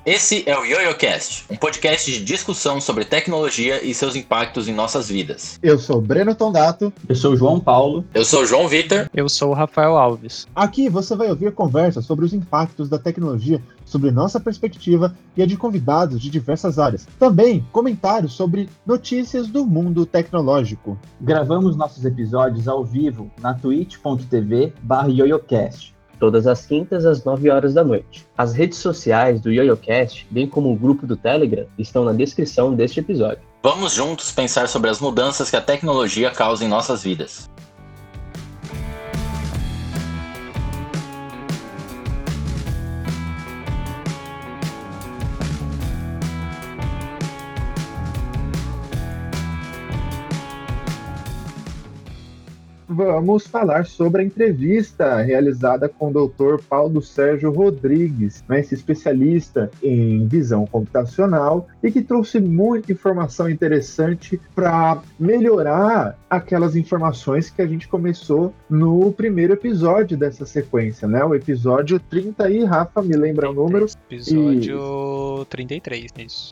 Esse é o YoYoCast, um podcast de discussão sobre tecnologia e seus impactos em nossas vidas. Eu sou o Breno Tondato. Eu sou o João Paulo. Eu sou o João Vitor. Eu sou o Rafael Alves. Aqui você vai ouvir conversas sobre os impactos da tecnologia, sobre nossa perspectiva e a de convidados de diversas áreas. Também comentários sobre notícias do mundo tecnológico. Gravamos nossos episódios ao vivo na twitch.tv/YoYoCast. Todas as quintas às 9 horas da noite. As redes sociais do YoYoCast, bem como o grupo do Telegram, estão na descrição deste episódio. Vamos juntos pensar sobre as mudanças que a tecnologia causa em nossas vidas. Vamos falar sobre a entrevista realizada com o Dr. Paulo Sérgio Rodrigues, esse especialista em visão computacional e que trouxe muita informação interessante para melhorar aquelas informações que a gente começou no primeiro episódio dessa sequência, né? O episódio 30 aí, Rafa, me lembra o número? Episódio 33, isso.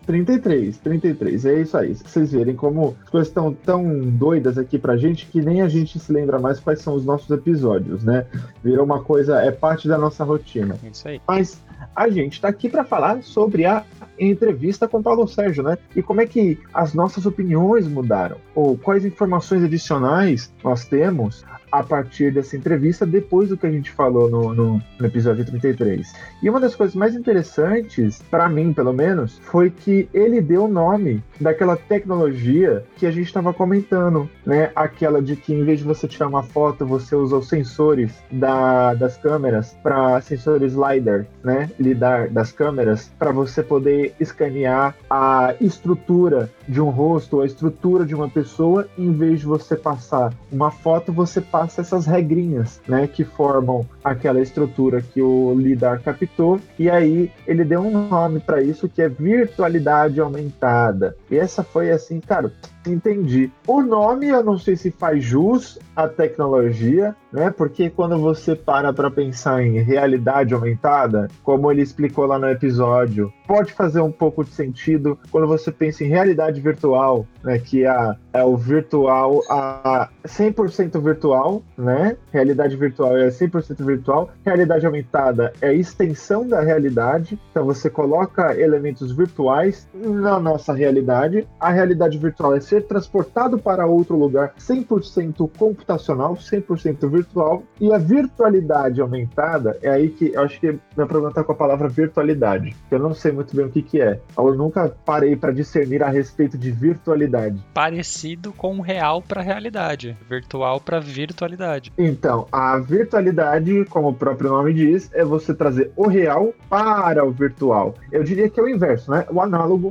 33, é isso aí. Vocês verem como as coisas estão tão doidas aqui pra gente que nem a gente se lembra mais quais são os nossos episódios, né? Virou uma coisa, é parte da nossa rotina. Isso aí. Mas a gente tá aqui para falar sobre a entrevista com Paulo Sérgio, né? E como é que as nossas opiniões mudaram, ou quais informações adicionais nós temos a partir dessa entrevista, depois do que a gente falou no episódio 33. E uma das coisas mais interessantes, para mim pelo menos, foi que ele deu o nome daquela tecnologia que a gente estava comentando, né? Aquela de que em vez de você tirar uma foto, você usa os sensores das câmeras, para sensores LiDAR, né? LiDAR das câmeras, para você poder escanear a estrutura de um rosto, a estrutura de uma pessoa, em vez de você passar uma foto, você passa essas regrinhas, né, que formam aquela estrutura que o LiDAR captou, e aí ele deu um nome para isso que é virtualidade aumentada. E essa foi assim, cara, entendi. O nome eu não sei se faz jus à tecnologia, né? Porque quando você para pensar em realidade aumentada, como ele explicou lá no episódio, pode fazer um pouco de sentido quando você pensa em realidade virtual, né? Que é o virtual, a 100% virtual, né? Realidade virtual é 100% virtual. Realidade aumentada é a extensão da realidade. Então você coloca elementos virtuais na nossa realidade. A realidade virtual é ser transportado para outro lugar 100% computacional, 100% virtual, e a virtualidade aumentada é aí que eu acho que dá para perguntar com a palavra virtualidade, que eu não sei muito bem o que é. Eu nunca parei para discernir a respeito de virtualidade. Parecido com real para realidade, virtual para virtualidade. Então, a virtualidade, como o próprio nome diz, é você trazer o real para o virtual. Eu diria que é o inverso, né? O análogo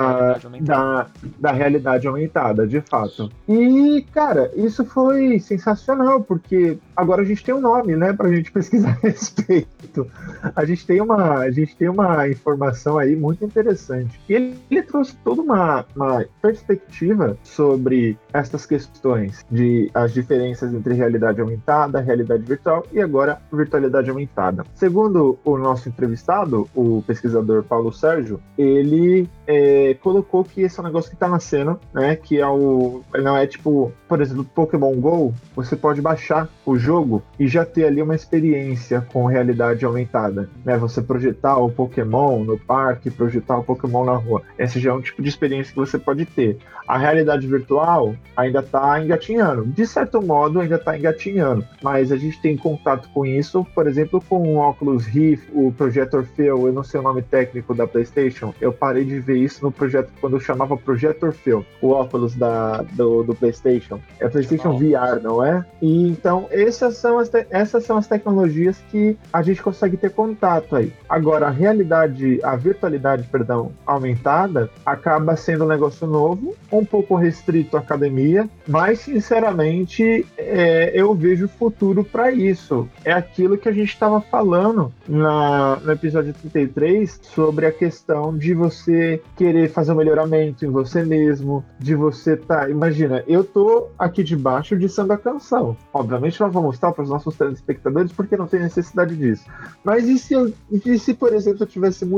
da realidade aumentada, de fato. E, cara, isso foi sensacional, porque agora a gente tem um nome, né, pra gente pesquisar a respeito. A gente tem uma informação aí muito interessante. E ele trouxe toda uma perspectiva sobre essas questões de as diferenças entre realidade aumentada, realidade virtual e agora virtualidade aumentada. Segundo o nosso entrevistado, o pesquisador Paulo Sérgio, ele colocou que esse é um negócio que está nascendo, né? Que não é tipo, por exemplo, Pokémon GO, você pode baixar o jogo e já ter ali uma experiência com realidade aumentada, né? Você projetar o Pokémon no parque, projetar o Pokémon na rua. Esse já é um tipo de experiência que você pode ter. A realidade virtual ainda está engatinhando. De certo modo, ainda está engatinhando. Mas a gente tem contato com isso, por exemplo, com o Oculus Rift, o Projeto Orfeu, eu não sei o nome técnico da PlayStation. Eu parei de ver isso no projeto quando eu chamava Projeto Orfeu, o óculos do PlayStation. É PlayStation VR, não é? E então, essas são as tecnologias que a gente consegue ter contato aí. Agora, a virtualidade, aumentada, acaba sendo um negócio novo, um pouco restrito à academia, mas, sinceramente, eu vejo futuro para isso. É aquilo que a gente estava falando no episódio 33 sobre a questão de você querer fazer um melhoramento em você mesmo, de você imagina, eu tô aqui debaixo de Samba Canção. Obviamente não vou mostrar para os nossos telespectadores porque não tem necessidade disso. Mas e se, por exemplo, eu tivesse muito calor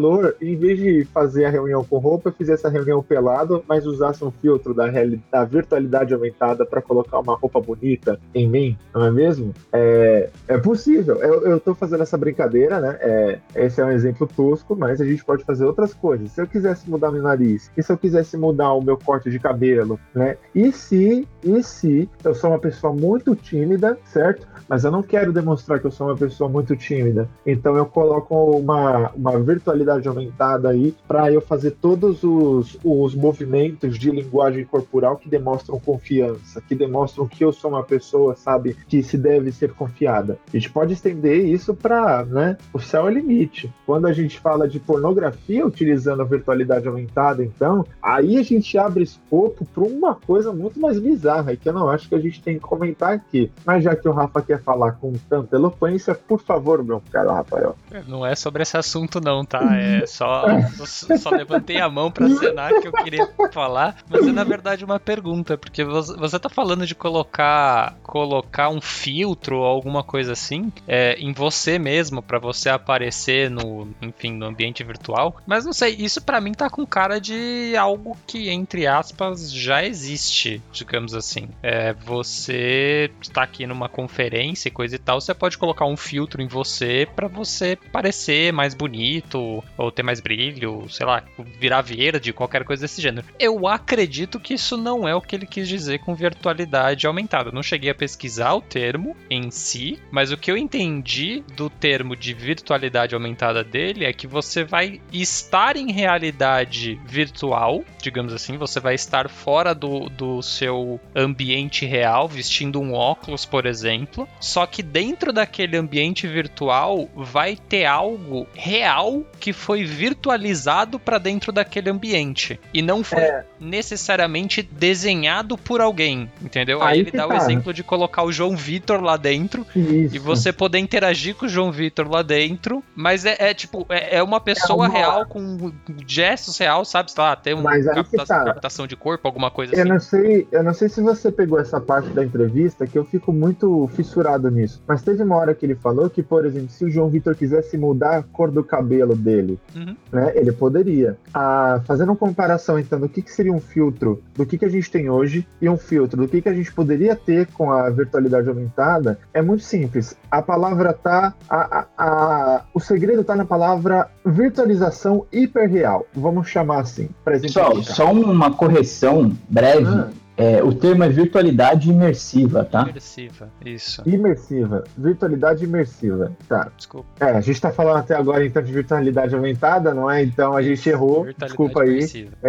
computador, em vez de fazer a reunião com roupa, eu fizesse a reunião pelado, mas usasse um filtro da virtualidade aumentada para colocar uma roupa bonita em mim, não é mesmo? É possível. Eu tô fazendo essa brincadeira, né? Esse é um exemplo tosco, mas a gente pode fazer outras coisas. Se eu quisesse mudar meu nariz, e se eu quisesse mudar o meu corte de cabelo, né? E se eu sou uma pessoa muito tímida, certo? Mas eu não quero demonstrar que eu sou uma pessoa muito tímida. Então eu coloco uma virtualidade aumentada aí para eu fazer todos os movimentos de linguagem corporal que demonstram confiança, que demonstram que eu sou uma pessoa, sabe, que se deve ser confiada. A gente pode estender isso para, né, o céu é limite. Quando a gente fala de pornografia utilizando a virtualidade aumentada, então, aí a gente abre escopo para uma coisa muito mais bizarra e que eu não acho que a gente tem que comentar aqui. Mas já que o Rafa quer falar com tanta eloquência, por favor, meu caro Rafael. Não é sobre esse assunto não, tá? É só levantei a mão pra acenar que eu queria falar, mas é na verdade uma pergunta, porque você tá falando de colocar um filtro ou alguma coisa assim em você mesmo, pra você aparecer no ambiente virtual, mas não sei, isso pra mim tá com cara de algo que, entre aspas, já existe, digamos assim. Você está aqui numa conferência e coisa e tal, você pode colocar um filtro em você pra você parecer mais bonito, ou ter mais brilho, sei lá, virar verde, qualquer coisa desse gênero. Eu acredito que isso não é o que ele quis dizer com virtualidade aumentada. Eu não cheguei a pesquisar o termo em si, mas o que eu entendi do termo de virtualidade aumentada dele é que você vai estar em realidade virtual, digamos assim, você vai estar fora do seu ambiente real, vestindo um óculos, por exemplo, só que dentro daquele ambiente virtual vai ter algo real que foi virtualizado para dentro daquele ambiente e não foi necessariamente desenhado por alguém, entendeu? Aí ele dá o exemplo de colocar o João Vitor lá dentro. Isso. E você poder interagir com o João Vitor lá dentro, mas é uma pessoa real com gestos real, sabe? Sei lá, tem uma captação de corpo, alguma coisa assim. Eu não sei se você pegou essa parte da entrevista, que eu fico muito fissurado nisso, mas teve uma hora que ele falou que, por exemplo, se o João Vitor quisesse mudar a cor do cabelo dele, né, ele poderia. Fazendo uma comparação, então, do que seria um filtro do que a gente tem hoje e um filtro do que a gente poderia ter com a virtualidade aumentada, é muito simples. A palavra o segredo tá na palavra virtualização hiperreal. Vamos chamar assim. Pessoal, só uma correção breve. O termo é virtualidade imersiva, tá? Imersiva, isso. Imersiva, virtualidade imersiva, tá. Desculpa. A gente tá falando até agora então de virtualidade aumentada, não é? Então a gente errou, desculpa aí.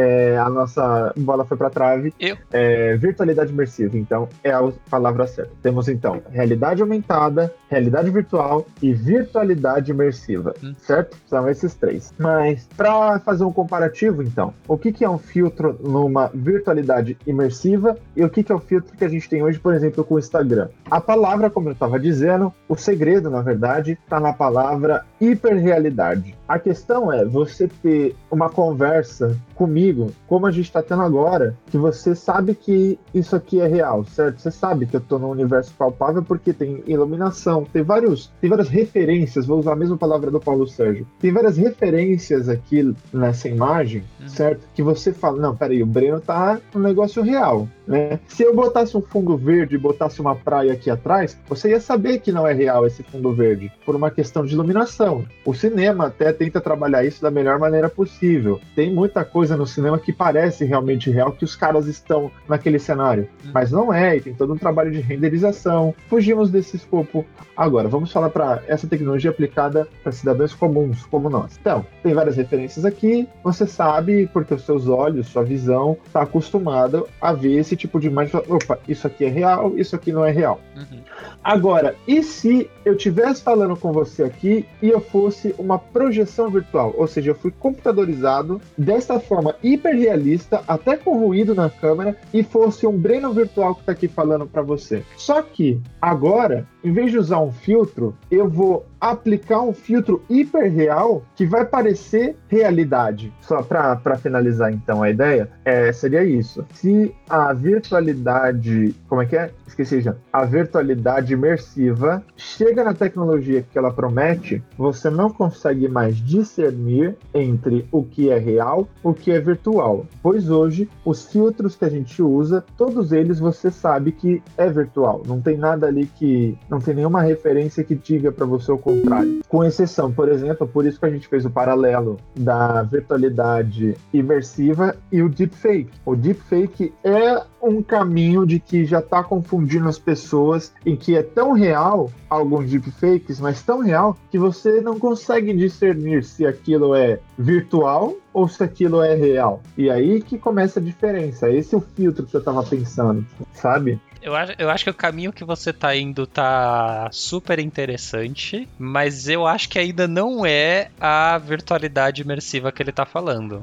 A nossa bola foi pra trave. Virtualidade imersiva, então é a palavra certa. Temos então realidade aumentada, realidade virtual e virtualidade imersiva, certo? São esses três. Mas para fazer um comparativo, então, o que é um filtro numa virtualidade imersiva e o que é o filtro que a gente tem hoje, por exemplo, com o Instagram? A palavra, como eu estava dizendo, o segredo, na verdade, está na palavra hiperrealidade. A questão é você ter uma conversa comigo, como a gente está tendo agora, que você sabe que isso aqui é real, certo? Você sabe que eu estou num universo palpável porque tem iluminação, tem várias referências, vou usar a mesma palavra do Paulo Sérgio, tem várias referências aqui nessa imagem, certo? Que você fala, não, peraí, o Breno tá no negócio real, né? Se eu botasse um fundo verde e botasse uma praia aqui atrás, você ia saber que não é real esse fundo verde, por uma questão de iluminação. O cinema até tenta trabalhar isso da melhor maneira possível. Tem muita coisa no cinema que parece realmente real, que os caras estão naquele cenário, mas não é, e tem todo um trabalho de renderização. Fugimos desse escopo. Agora, vamos falar para essa tecnologia aplicada para cidadãos comuns, como nós. Então, tem várias referências aqui, você sabe, porque os seus olhos, sua visão, está acostumado a ver esse tipo de imagem. Opa, isso aqui é real, isso aqui não é real. Agora, e se eu estivesse falando com você aqui e eu fosse uma projeção virtual? Ou seja, eu fui computadorizado dessa forma hiperrealista, até com ruído na câmera, e fosse um Breno virtual que está aqui falando para você. Só que, agora, em vez de usar um filtro, eu vou aplicar um filtro hiperreal que vai parecer realidade. Só para finalizar, então, a ideia seria isso. Se a virtualidade... Como é que é? Esqueci já. A virtualidade imersiva chega na tecnologia que ela promete, você não consegue mais discernir entre o que é real e o que é virtual. Pois hoje, os filtros que a gente usa, todos eles você sabe que é virtual. Não tem nada ali que... Não tem nenhuma referência que diga para você o contrário. Com exceção, por exemplo, por isso que a gente fez o paralelo da virtualidade imersiva e o deepfake. O deepfake é um caminho de que já está confundindo as pessoas, em que é tão real, alguns deepfakes, mas tão real, que você não consegue discernir se aquilo é virtual ou se aquilo é real. E aí que começa a diferença. Esse é o filtro que eu tava pensando, sabe? Eu acho que o caminho que você tá indo tá super interessante, mas eu acho que ainda não é a virtualidade imersiva que ele tá falando.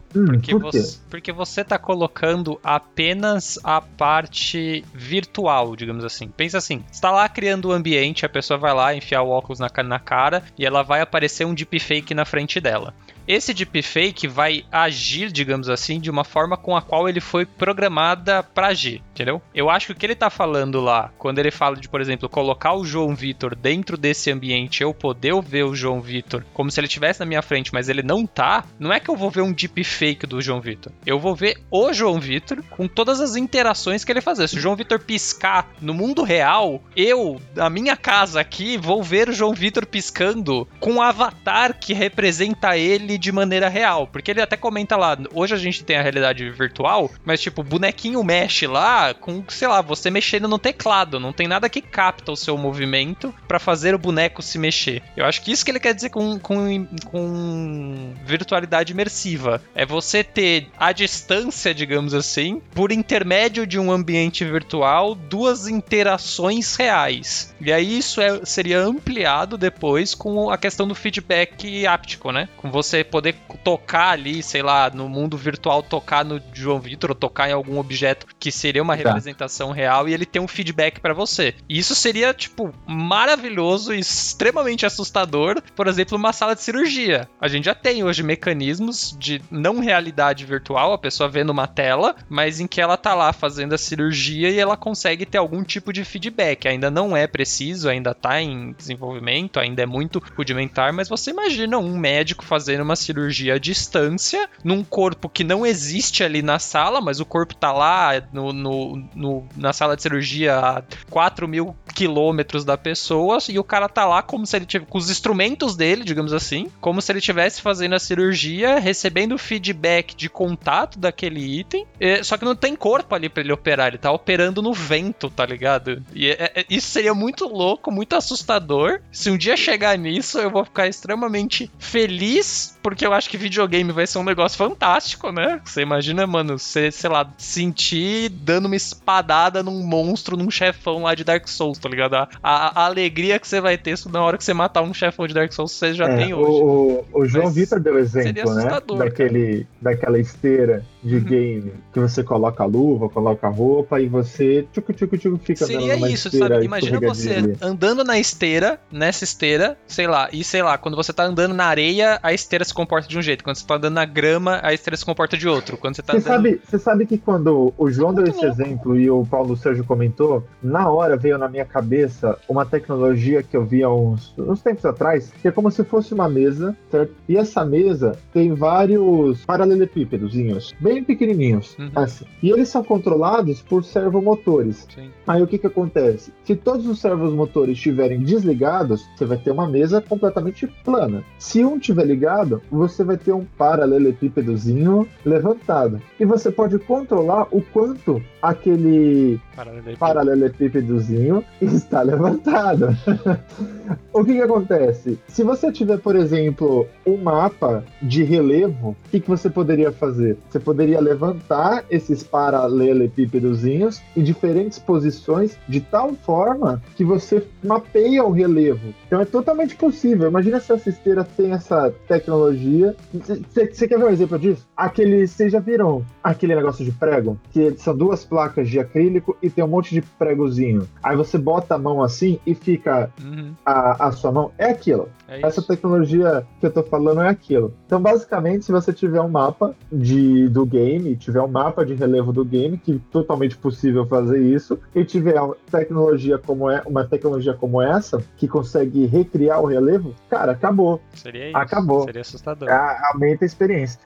Porque você tá colocando apenas a parte virtual, digamos assim. Pensa assim, você tá lá criando o ambiente, a pessoa vai lá enfiar o óculos na cara e ela vai aparecer um deepfake na frente dela. Esse deepfake vai agir, digamos assim, de uma forma com a qual ele foi programada para agir, entendeu? Eu acho que o que ele tá falando lá, quando ele fala de, por exemplo, colocar o João Vitor dentro desse ambiente, eu poder ver o João Vitor como se ele estivesse na minha frente, mas ele não tá, não é que eu vou ver um deepfake do João Vitor. Eu vou ver o João Vitor com todas as interações que ele fazer. Se o João Vitor piscar no mundo real, eu, na minha casa aqui, vou ver o João Vitor piscando com um avatar que representa ele de maneira real, porque ele até comenta lá, hoje a gente tem a realidade virtual, mas tipo, o bonequinho mexe lá com, sei lá, você mexendo no teclado, não tem nada que capta o seu movimento pra fazer o boneco se mexer. Eu acho que isso que ele quer dizer com virtualidade imersiva, é você ter à distância, digamos assim, por intermédio de um ambiente virtual, duas interações reais. E aí isso seria ampliado depois com a questão do feedback áptico, né? Com você poder tocar ali, sei lá, no mundo virtual, tocar no João Vitor, ou tocar em algum objeto que seria uma representação real e ele ter um feedback pra você. E isso seria, tipo, maravilhoso e extremamente assustador, por exemplo, uma sala de cirurgia. A gente já tem hoje mecanismos de não realidade virtual, a pessoa vendo uma tela, mas em que ela tá lá fazendo a cirurgia e ela consegue ter algum tipo de feedback. Ainda não é preciso, ainda tá em desenvolvimento, ainda é muito rudimentar, mas você imagina um médico fazendo uma cirurgia à distância, num corpo que não existe ali na sala, mas o corpo tá lá na sala de cirurgia a 4.000 quilômetros da pessoa, e o cara tá lá como se ele tivesse, com os instrumentos dele, digamos assim, como se ele estivesse fazendo a cirurgia, recebendo feedback de contato daquele item, só que não tem corpo ali pra ele operar, ele tá operando no vento, tá ligado? E isso seria muito louco, muito assustador. Se um dia chegar nisso, eu vou ficar extremamente feliz, porque eu acho que videogame vai ser um negócio fantástico, né? Você imagina, mano, você, sei lá, sentir dando uma espadada num monstro, num chefão lá de Dark Souls, tá ligado? A alegria que você vai ter na hora que você matar um chefão de Dark Souls, você já tem hoje. O João Vitor deu exemplo, né? Daquela esteira de game, que você coloca a luva, coloca a roupa e você tchucu fica seria andando isso, sabe? Imagina você andando nessa esteira, sei lá, quando você tá andando na areia, a esteira se comporta de um jeito, quando você tá andando na grama, a esteira se comporta de outro. Quando você sabe que quando o João deu esse exemplo e o Paulo Sérgio comentou, na hora veio na minha cabeça uma tecnologia que eu vi há uns tempos atrás, que é como se fosse uma mesa, certo? E essa mesa tem vários paralelepípedozinhos, bem pequenininhos, assim. E eles são controlados por servomotores. Sim. Aí o que acontece? Se todos os servomotores estiverem desligados, você vai ter uma mesa completamente plana. Se um estiver ligado, você vai ter um paralelepípedozinho levantado. E você pode controlar o quanto aquele paralelepípedozinho está levantado. O que acontece? Se você tiver, por exemplo, um mapa de relevo, o que você poderia fazer? Você poderia levantar esses paralelepípedozinhos em diferentes posições de tal forma que você mapeia o relevo. Então é totalmente possível. Imagina se essa esteira tem essa tecnologia tecnologia. Você quer ver um exemplo disso? Vocês já viram aquele negócio de prego? Que são 2 placas de acrílico e tem um monte de pregozinho. Aí você bota a mão assim e fica a sua mão. É aquilo. Essa tecnologia que eu tô falando é aquilo. Então, basicamente, se você tiver um mapa do game, tiver um mapa de relevo do game, que é totalmente possível fazer isso, e tiver uma tecnologia como essa, que consegue recriar o relevo, cara, acabou. Seria isso. Acabou. Seria assustador. Aumenta a experiência.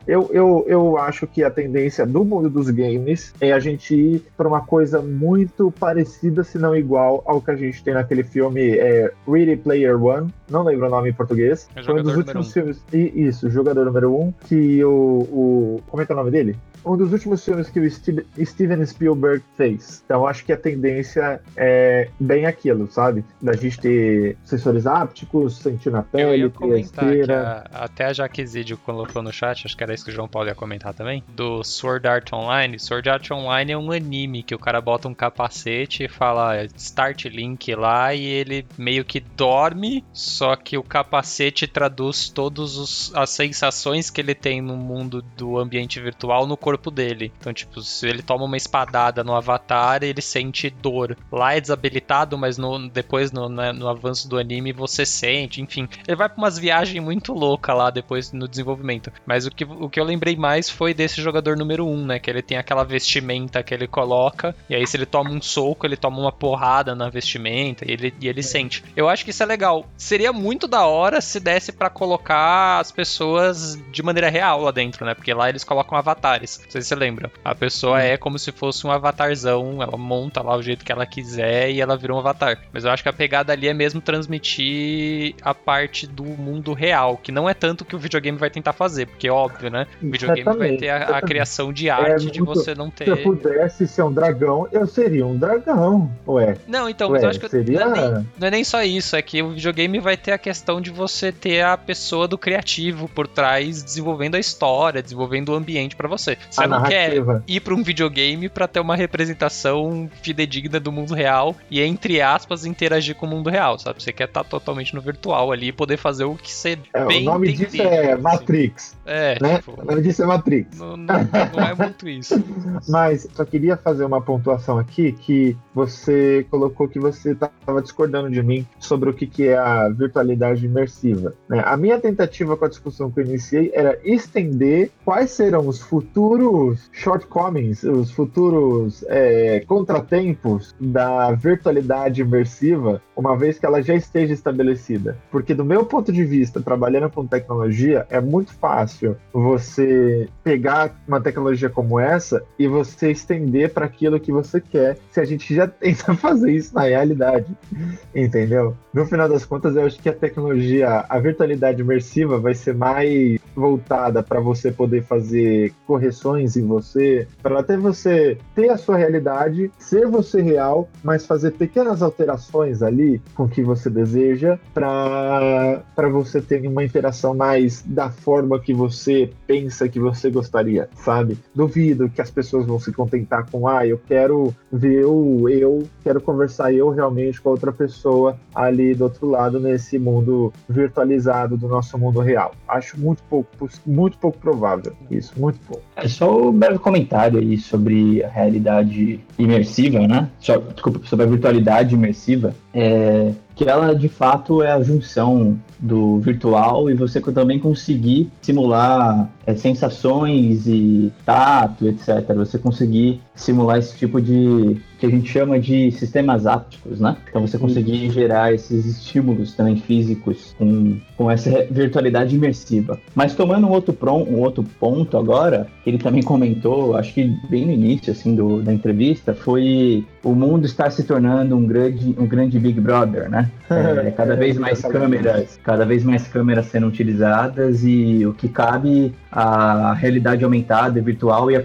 Eu acho que a tendência do mundo dos games é a gente ir para uma coisa muito parecida, se não igual, ao que a gente tem naquele filme Ready Player One. Não lembro o nome em português. Foi um dos últimos filmes. Isso, Jogador Número 1, que como é que é o nome dele? Um dos últimos filmes que o Steven Spielberg fez. Então, acho que a tendência é bem aquilo, sabe? Da gente ter sensores ápticos, sentir na pele, eu ia ter comentar esteira. que até a Jaque Zidio colocou no chat, acho que era isso que o João Paulo ia comentar também, do Sword Art Online. Sword Art Online é um anime que o cara bota um capacete e fala Start Link lá e ele meio que dorme, só que o capacete traduz todas as sensações que ele tem no mundo do ambiente virtual no corpo dele. Então, tipo, se ele toma uma espadada no Avatar, ele sente dor. Lá é desabilitado, mas depois no avanço do anime você sente, enfim. Ele vai pra umas viagens muito loucas lá depois no desenvolvimento. Mas o que eu lembrei mais foi desse jogador número 1, né? Que ele tem aquela vestimenta que ele coloca, e aí se ele toma um soco, ele toma uma porrada na vestimenta, e ele sente. Eu acho que isso é legal. Seria muito da hora se desse pra colocar as pessoas de maneira real lá dentro, né? Porque lá eles colocam avatares. Não sei se você lembra. A pessoa é como se fosse um avatarzão, ela monta lá o jeito que ela quiser e ela vira um avatar. Mas eu acho que a pegada ali é mesmo transmitir a parte do mundo real, que não é tanto que o videogame vai tentar fazer, porque é óbvio, né? O videogame vai ter a criação de arte de você não ter... Se eu pudesse ser um dragão, eu seria um dragão, ué. Não, então, mas eu acho que seria... não é nem só isso, é que o videogame vai ter a questão de você ter a pessoa do criativo por trás desenvolvendo a história, desenvolvendo o ambiente pra você. Você não quer ir pra um videogame pra ter uma representação fidedigna do mundo real e, entre aspas, interagir com o mundo real, sabe? Você quer estar totalmente no virtual ali e poder fazer o que você bem o nome disso é assim. Matrix. Né? Tipo, o nome disso é Matrix. Não é muito isso. Mas só queria fazer uma pontuação aqui, que você colocou que você estava discordando de mim sobre o que é a virtualidade imersiva. Né? A minha tentativa com a discussão que eu iniciei era estender quais serão os futuros shortcomings, os futuros contratempos da virtualidade imersiva, uma vez que ela já esteja estabelecida. Porque do meu ponto de vista, trabalhando com tecnologia, é muito fácil você pegar uma tecnologia como essa e você estender para aquilo que você quer, se a gente já tenta fazer isso na realidade, entendeu? No final das contas, eu acho que a tecnologia, a virtualidade imersiva vai ser mais voltada para você poder fazer correções em você, para até você ter a sua realidade, ser você real, mas fazer pequenas alterações ali com o que você deseja para você ter uma interação mais da forma que você pensa que você gostaria, sabe? Duvido que as pessoas vão se contentar com eu quero ver quero conversar eu realmente com a outra pessoa ali do outro lado nesse mundo virtualizado do nosso mundo real. Acho muito pouco provável isso, muito pouco. É só um breve comentário aí sobre a realidade imersiva, né? Sobre a virtualidade imersiva. Que ela de fato é a junção do virtual e você também conseguir simular sensações e tato, etc. Você conseguir simular esse tipo de que a gente chama de sistemas ápticos, né? Então você conseguir gerar esses estímulos também físicos com essa virtualidade imersiva. Mas tomando um outro ponto agora, que ele também comentou, acho que bem no início assim, da entrevista, foi o mundo estar se tornando um grande Big Brother, né? Cada vez mais câmeras sendo utilizadas e o que cabe a realidade aumentada e virtual e a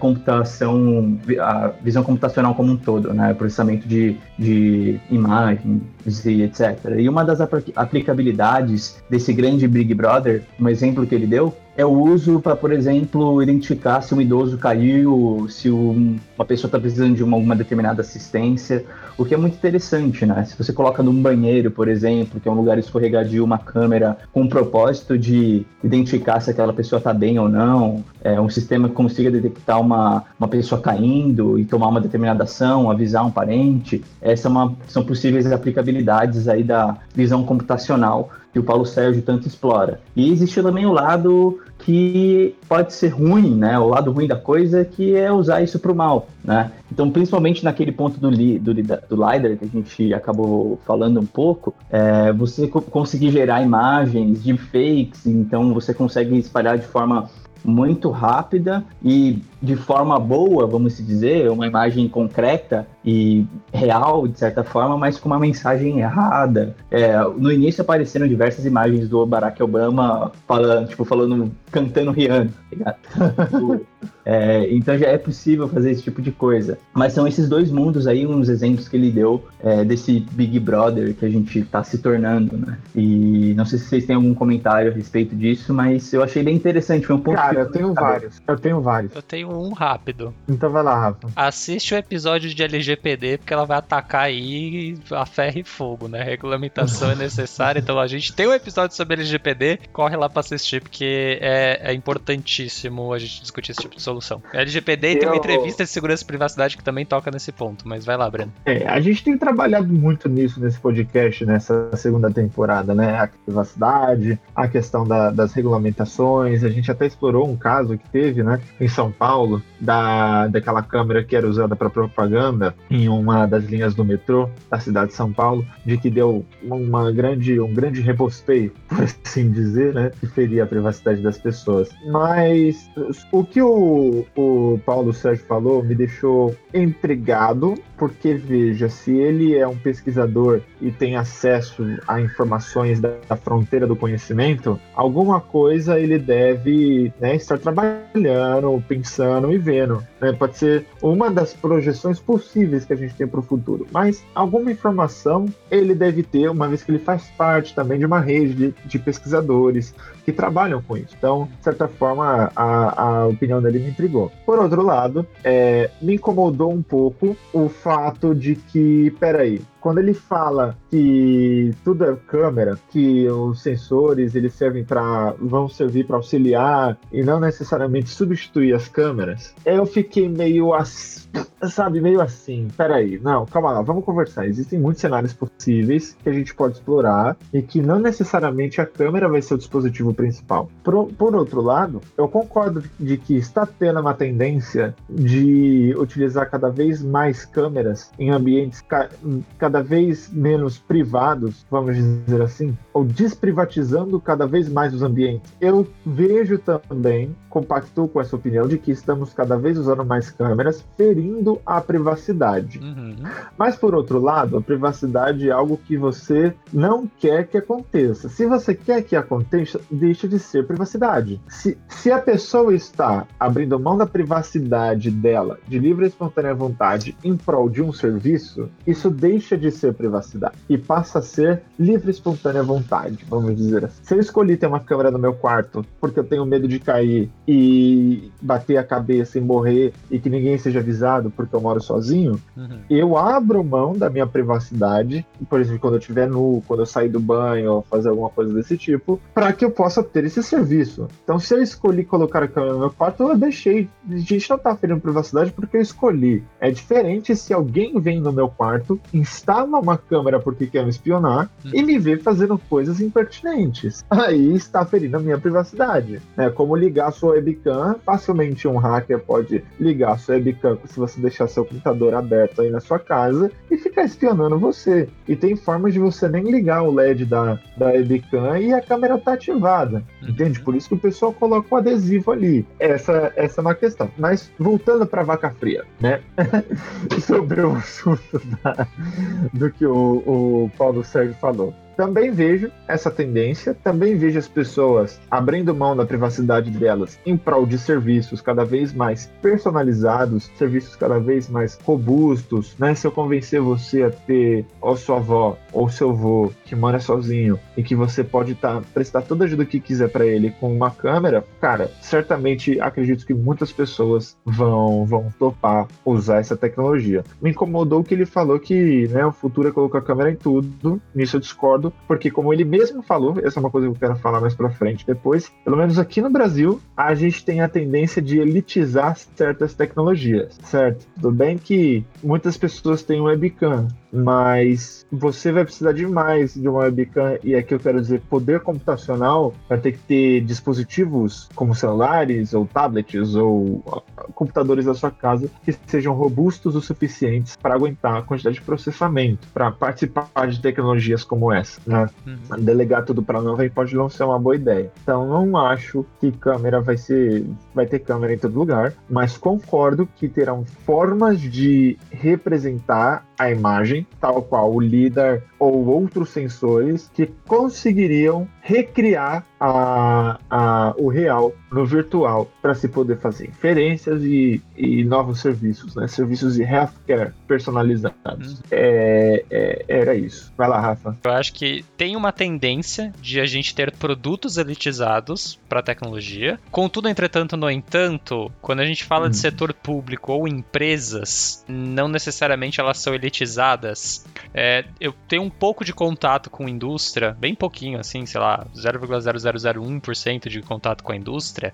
visão computacional como um todo, né? Processamento de imagens e etc. E uma das aplicabilidades desse grande Big Brother, um exemplo que ele deu, é o uso para, por exemplo, identificar se um idoso caiu, se uma pessoa está precisando de alguma determinada assistência, o que é muito interessante, né? Se você coloca num banheiro, por exemplo, que é um lugar escorregadio, uma câmera com o propósito de identificar se aquela pessoa está bem ou não, um sistema que consiga detectar uma pessoa caindo e tomar uma determinada ação, avisar um parente, são possíveis aplicabilidades aí da visão computacional que o Paulo Sérgio tanto explora. E existe também o lado que pode ser ruim, né? O lado ruim da coisa, que é usar isso para o mal, né? Então, principalmente naquele ponto do LiDAR, que a gente acabou falando um pouco, você conseguir gerar imagens de fakes, então você consegue espalhar de forma muito rápida e de forma boa, vamos dizer, uma imagem concreta e real, de certa forma, mas com uma mensagem errada. No início apareceram diversas imagens do Barack Obama cantando Rihanna, tá ligado? Então já é possível fazer esse tipo de coisa. Mas são esses dois mundos aí, uns exemplos que ele deu desse Big Brother que a gente tá se tornando, né? E não sei se vocês têm algum comentário a respeito disso, mas eu achei bem interessante, foi um ponto... Cara, eu tenho vários. Eu tenho um rápido. Então vai lá, Rafa. Assiste o episódio de LGPD, porque ela vai atacar aí a ferro e fogo, né? Regulamentação é necessária, então a gente tem um episódio sobre LGPD, corre lá pra assistir, porque é importantíssimo a gente discutir esse tipo de solução. LGPD tem uma entrevista de segurança e privacidade que também toca nesse ponto, mas vai lá, Breno. A gente tem trabalhado muito nisso nesse podcast, nessa segunda temporada, né? A privacidade, a questão das regulamentações, a gente até explorou um caso que teve, né, em São Paulo, daquela câmera que era usada para propaganda em uma das linhas do metrô da cidade de São Paulo, de que deu um grande rebosteio, por assim dizer, né, que feria a privacidade das pessoas. Mas o que o Paulo Sérgio falou me deixou intrigado, porque veja, se ele é um pesquisador e tem acesso a informações da fronteira do conhecimento, alguma coisa ele deve, né, estar trabalhando, pensando e vendo, né? Pode ser uma das projeções possíveis que a gente tem para o futuro, mas alguma informação ele deve ter, uma vez que ele faz parte também de uma rede de pesquisadores que trabalham com isso. Então, de certa forma, a opinião dele me intrigou. Por outro lado, me incomodou um pouco o fato de que, peraí, quando ele fala que tudo é câmera, que os sensores vão servir para auxiliar e não necessariamente substituir as câmeras, eu fiquei meio assim, peraí, não, calma lá, vamos conversar. Existem muitos cenários possíveis que a gente pode explorar e que não necessariamente a câmera vai ser o dispositivo principal. Por outro lado, eu concordo de que está tendo uma tendência de utilizar cada vez mais câmeras em ambientes cada vez menos privados, vamos dizer assim, ou desprivatizando cada vez mais os ambientes. Eu vejo também, compactuo com essa opinião, de que estamos cada vez usando mais câmeras, ferindo a privacidade. Uhum. Mas, por outro lado, a privacidade é algo que você não quer que aconteça. Se você quer que aconteça, deixa de ser privacidade. Se a pessoa está abrindo mão da privacidade dela, de livre e espontânea vontade, em prol de um serviço, isso deixa de ser privacidade e passa a ser livre e espontânea vontade, vamos dizer assim. Se eu escolhi ter uma câmera no meu quarto porque eu tenho medo de cair e bater a cabeça e morrer e que ninguém seja avisado porque eu moro sozinho, eu abro mão da minha privacidade, por exemplo, quando eu estiver nu, quando eu sair do banho ou fazer alguma coisa desse tipo, para que eu possa ter esse serviço. Então, se eu escolhi colocar a câmera no meu quarto, eu deixei. A gente não tá ferindo privacidade porque eu escolhi. É diferente se alguém vem no meu quarto, instala uma câmera porque quer me espionar e me vê fazendo coisas impertinentes. Aí está ferindo a minha privacidade. É como ligar a sua webcam. Facilmente um hacker pode ligar a sua webcam se você deixar seu computador aberto aí na sua casa e ficar espionando você. E tem formas de você nem ligar o LED da webcam e a câmera tá ativada. Entende? Por isso que o pessoal coloca um adesivo ali. Essa é uma questão. Mas voltando para vaca fria, né? Sobre o assunto do que o Paulo Sérgio falou. também vejo essa tendência, também vejo as pessoas abrindo mão da privacidade delas em prol de serviços cada vez mais personalizados, serviços cada vez mais robustos, né? Se eu convencer você a ter ou sua avó ou seu avô que mora sozinho e que você pode prestar toda a ajuda que quiser para ele com uma câmera, cara, certamente acredito que muitas pessoas vão topar usar essa tecnologia. Me incomodou que ele falou que, né, o futuro é colocar câmera em tudo. Nisso eu discordo, porque como ele mesmo falou, essa é uma coisa que eu quero falar mais pra frente depois, pelo menos aqui no Brasil, a gente tem a tendência de elitizar certas tecnologias, certo? Tudo bem que muitas pessoas têm webcam, mas você vai precisar de mais de uma webcam, e aqui eu quero dizer poder computacional, vai ter que ter dispositivos como celulares ou tablets ou computadores da sua casa que sejam robustos o suficientes para aguentar a quantidade de processamento, para participar de tecnologias como essa, né? Delegar tudo para a nuvem pode não ser uma boa ideia. Então não acho que câmera vai ter câmera em todo lugar, mas concordo que terão formas de representar a imagem, tal qual o LiDAR ou outros sensores que conseguiriam recriar o real no virtual para se poder fazer inferências e novos serviços, né? Serviços de healthcare personalizados. Era isso. Vai lá, Rafa. Eu acho que tem uma tendência de a gente ter produtos elitizados para tecnologia. Contudo, entretanto, no entanto, quando a gente fala de setor público ou empresas, não necessariamente elas são elitizadas. Eu tenho um pouco de contato com indústria, bem pouquinho, assim, sei lá, 0,0001% de contato com a indústria,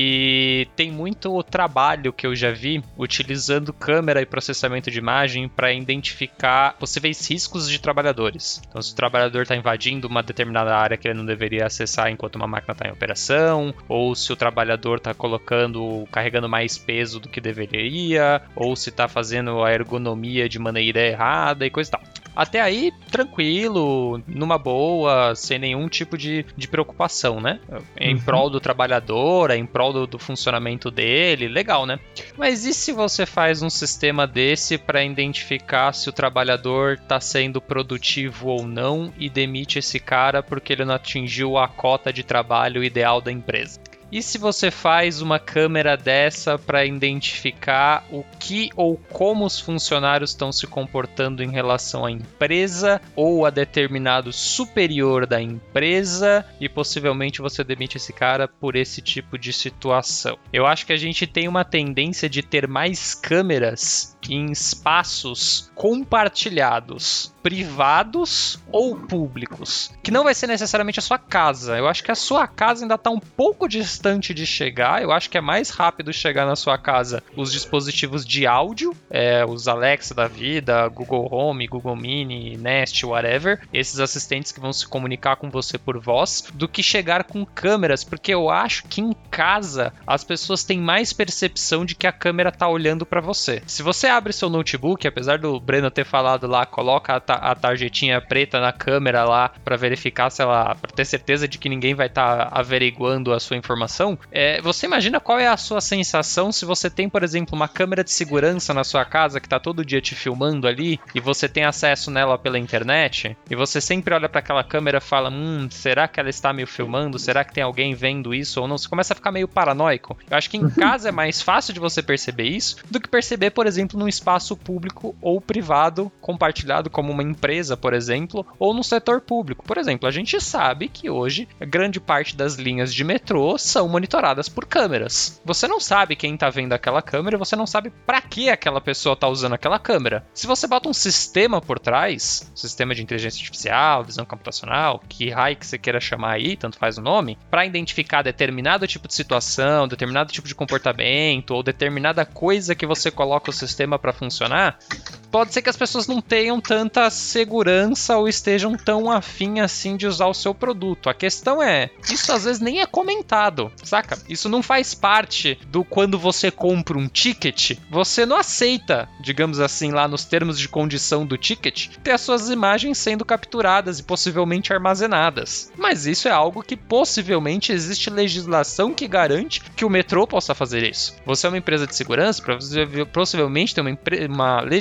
e tem muito trabalho que eu já vi utilizando câmera e processamento de imagem para identificar possíveis riscos de trabalhadores. Então, se o trabalhador está invadindo uma determinada área que ele não deveria acessar enquanto uma máquina está em operação, ou se o trabalhador está carregando mais peso do que deveria, ou se está fazendo a ergonomia de maneira errada e coisa e tal. Até aí, tranquilo, numa boa, sem nenhum tipo de preocupação, né? Em prol do trabalhador, em prol do funcionamento dele, legal, né? Mas e se você faz um sistema desse para identificar se o trabalhador está sendo produtivo ou não e demite esse cara porque ele não atingiu a cota de trabalho ideal da empresa? E se você faz uma câmera dessa para identificar o que ou como os funcionários estão se comportando em relação à empresa ou a determinado superior da empresa e possivelmente você demite esse cara por esse tipo de situação? Eu acho que a gente tem uma tendência de ter mais câmeras em espaços compartilhados, privados ou públicos, que não vai ser necessariamente a sua casa. Eu acho que a sua casa ainda está um pouco distante de chegar. Eu acho que é mais rápido chegar na sua casa os dispositivos de áudio, os Alexa da vida, Google Home, Google Mini, Nest, whatever, esses assistentes que vão se comunicar com você por voz, do que chegar com câmeras, porque eu acho que em casa as pessoas têm mais percepção de que a câmera está olhando para você. Se você abre seu notebook, apesar do Breno ter falado lá, coloca a tarjetinha preta na câmera lá para verificar se ela, para ter certeza de que ninguém vai estar averiguando a sua informação. Você imagina qual é a sua sensação se você tem, por exemplo, uma câmera de segurança na sua casa que está todo dia te filmando ali e você tem acesso nela pela internet e você sempre olha para aquela câmera e fala, será que ela está me filmando? Será que tem alguém vendo isso ou não? Você começa a ficar meio paranoico. Eu acho que em casa é mais fácil de você perceber isso do que perceber, por exemplo, num espaço público ou privado compartilhado como uma empresa, por exemplo, ou no setor público. Por exemplo, a gente sabe que hoje grande parte das linhas de metrô são monitoradas por câmeras. Você não sabe quem está vendo aquela câmera, você não sabe para que aquela pessoa está usando aquela câmera. Se você bota um sistema por trás, sistema de inteligência artificial, visão computacional, que raio que você queira chamar aí, tanto faz o nome, para identificar determinado tipo de situação, determinado tipo de comportamento ou determinada coisa que você coloca o sistema para funcionar, pode ser que as pessoas não tenham tanta segurança ou estejam tão afim assim de usar o seu produto. A questão é, isso às vezes nem é comentado, saca? Isso não faz parte do quando você compra um ticket, você não aceita, digamos assim, lá nos termos de condição do ticket, ter as suas imagens sendo capturadas e possivelmente armazenadas. Mas isso é algo que possivelmente existe legislação que garante que o metrô possa fazer isso. Você é uma empresa de segurança, possivelmente tem uma legislação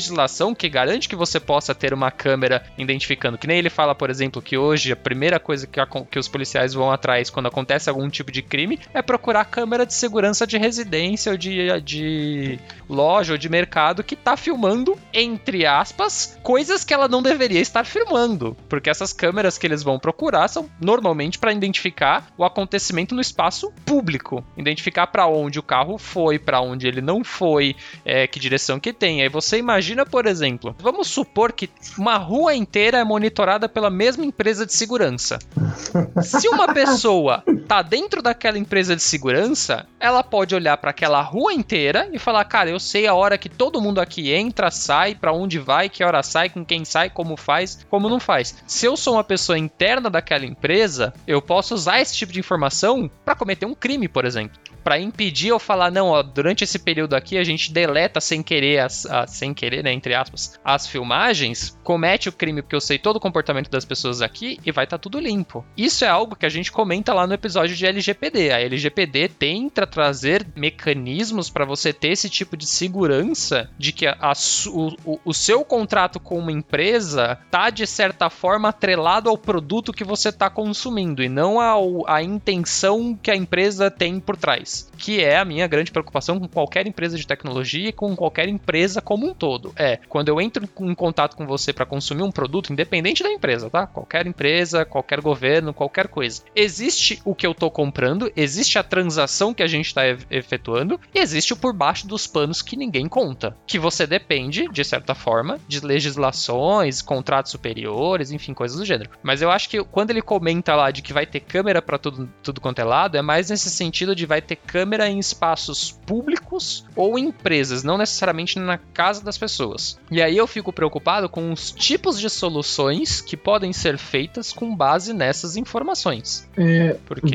informação que garante que você possa ter uma câmera identificando. Que nem ele fala, por exemplo, que hoje a primeira coisa que os policiais vão atrás quando acontece algum tipo de crime é procurar câmera de segurança de residência ou de loja ou de mercado que tá filmando, entre aspas, coisas que ela não deveria estar filmando. Porque essas câmeras que eles vão procurar são normalmente para identificar o acontecimento no espaço público. Identificar para onde o carro foi, para onde ele não foi, que direção que tem. Aí você imagina, por exemplo, vamos supor que uma rua inteira é monitorada pela mesma empresa de segurança. Se uma pessoa tá dentro daquela empresa de segurança, ela pode olhar para aquela rua inteira e falar, cara, eu sei a hora que todo mundo aqui entra, sai, para onde vai, que hora sai, com quem sai, como faz, como não faz. Se eu sou uma pessoa interna daquela empresa, eu posso usar esse tipo de informação para cometer um crime, por exemplo. Para impedir eu falar, não, ó, durante esse período aqui a gente deleta sem querer, sem querer, né, entre aspas, as filmagens, comete o crime porque eu sei todo o comportamento das pessoas aqui e vai estar tudo limpo. Isso é algo que a gente comenta lá no episódio de LGPD. A LGPD tenta trazer mecanismos para você ter esse tipo de segurança de que o seu contrato com uma empresa tá, de certa forma, atrelado ao produto que você está consumindo e não à intenção que a empresa tem por trás. Que é a minha grande preocupação com qualquer empresa de tecnologia e com qualquer empresa como um todo. Quando eu entro em contato com você para consumir um produto, independente da empresa, tá? Qualquer empresa, qualquer governo, qualquer coisa. Existe o que eu tô comprando, existe a transação que a gente está efetuando e existe o por baixo dos panos que ninguém conta. Que você depende, de certa forma, de legislações, contratos superiores, enfim, coisas do gênero. Mas eu acho que quando ele comenta lá de que vai ter câmera para tudo quanto é lado, é mais nesse sentido de vai ter câmera em espaços públicos ou em empresas, não necessariamente na casa das pessoas. E aí eu fico preocupado com os tipos de soluções que podem ser feitas com base nessas informações. Porque...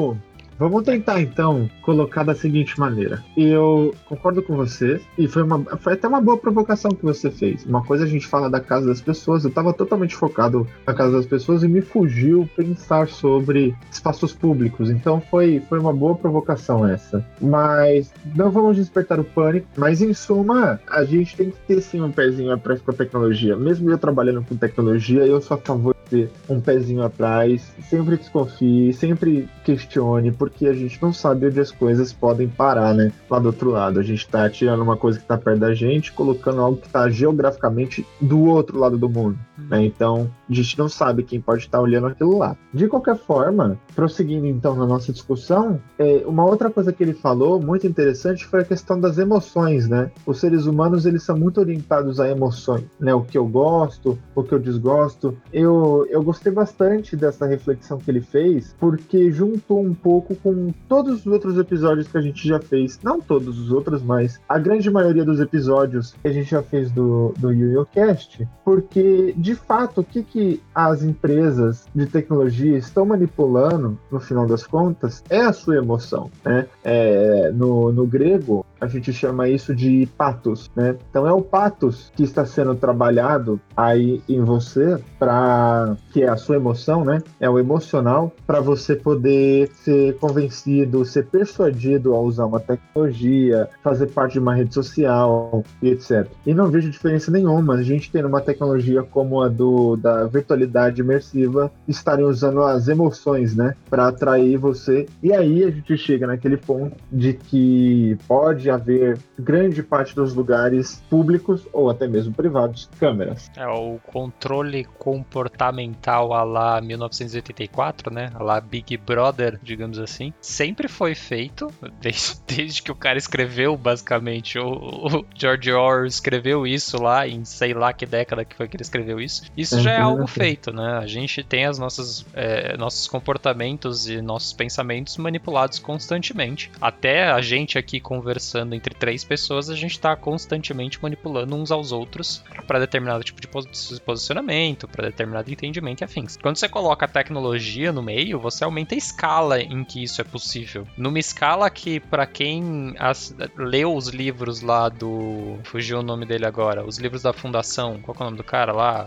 Vamos tentar, então, colocar da seguinte maneira. Eu concordo com você, e foi até uma boa provocação que você fez. Uma coisa a gente fala da casa das pessoas, eu estava totalmente focado na casa das pessoas e me fugiu pensar sobre espaços públicos. Então foi uma boa provocação essa. Mas não vamos despertar o pânico. Mas, em suma, a gente tem que ter, sim, um pezinho atrás com a tecnologia. Mesmo eu trabalhando com tecnologia, eu sou a favor de ter um pezinho atrás. Sempre desconfie, sempre questione, porque a gente não sabe onde as coisas podem parar, né? Lá do outro lado, a gente tá tirando uma coisa que tá perto da gente, colocando algo que tá geograficamente do outro lado do mundo, né? Então, a gente não sabe quem pode estar olhando aquilo lá. De qualquer forma, prosseguindo então na nossa discussão, uma outra coisa que ele falou, muito interessante, foi a questão das emoções, né? Os seres humanos, eles são muito orientados a emoções, né? O que eu gosto, o que eu desgosto. Eu gostei bastante dessa reflexão que ele fez, porque juntou um pouco com todos os outros episódios que a gente já fez. Não todos os outros, mas a grande maioria dos episódios que a gente já fez do YoYoCast, porque, de fato, o que as empresas de tecnologia estão manipulando, no final das contas, é a sua emoção, né? No grego, a gente chama isso de pathos, né? Então é o pathos que está sendo trabalhado aí em você, que é a sua emoção, né? É o emocional, para você poder ser convencido, ser persuadido a usar uma tecnologia, fazer parte de uma rede social e etc. E não vejo diferença nenhuma a gente ter uma tecnologia como a da virtualidade imersiva estarem usando as emoções, né? Para atrair você. E aí a gente chega naquele ponto de que pode haver grande parte dos lugares públicos ou até mesmo privados câmeras. O controle comportamental à la 1984, né? À la Big Brother, digamos assim, sempre foi feito, desde que o cara escreveu, basicamente, o George Orwell escreveu isso lá em sei lá que década que foi que ele escreveu isso. Isso já é algo feito, né? A gente tem nossos comportamentos e nossos pensamentos manipulados constantemente. Até a gente aqui conversando entre 3 pessoas, a gente está constantemente manipulando uns aos outros para determinado tipo de posicionamento, para determinado entendimento e afins. Quando você coloca a tecnologia no meio, você aumenta a escala em que isso é possível. Numa escala que, para quem leu os livros lá do... Fugiu o nome dele agora. Os livros da Fundação. Qual é o nome do cara lá?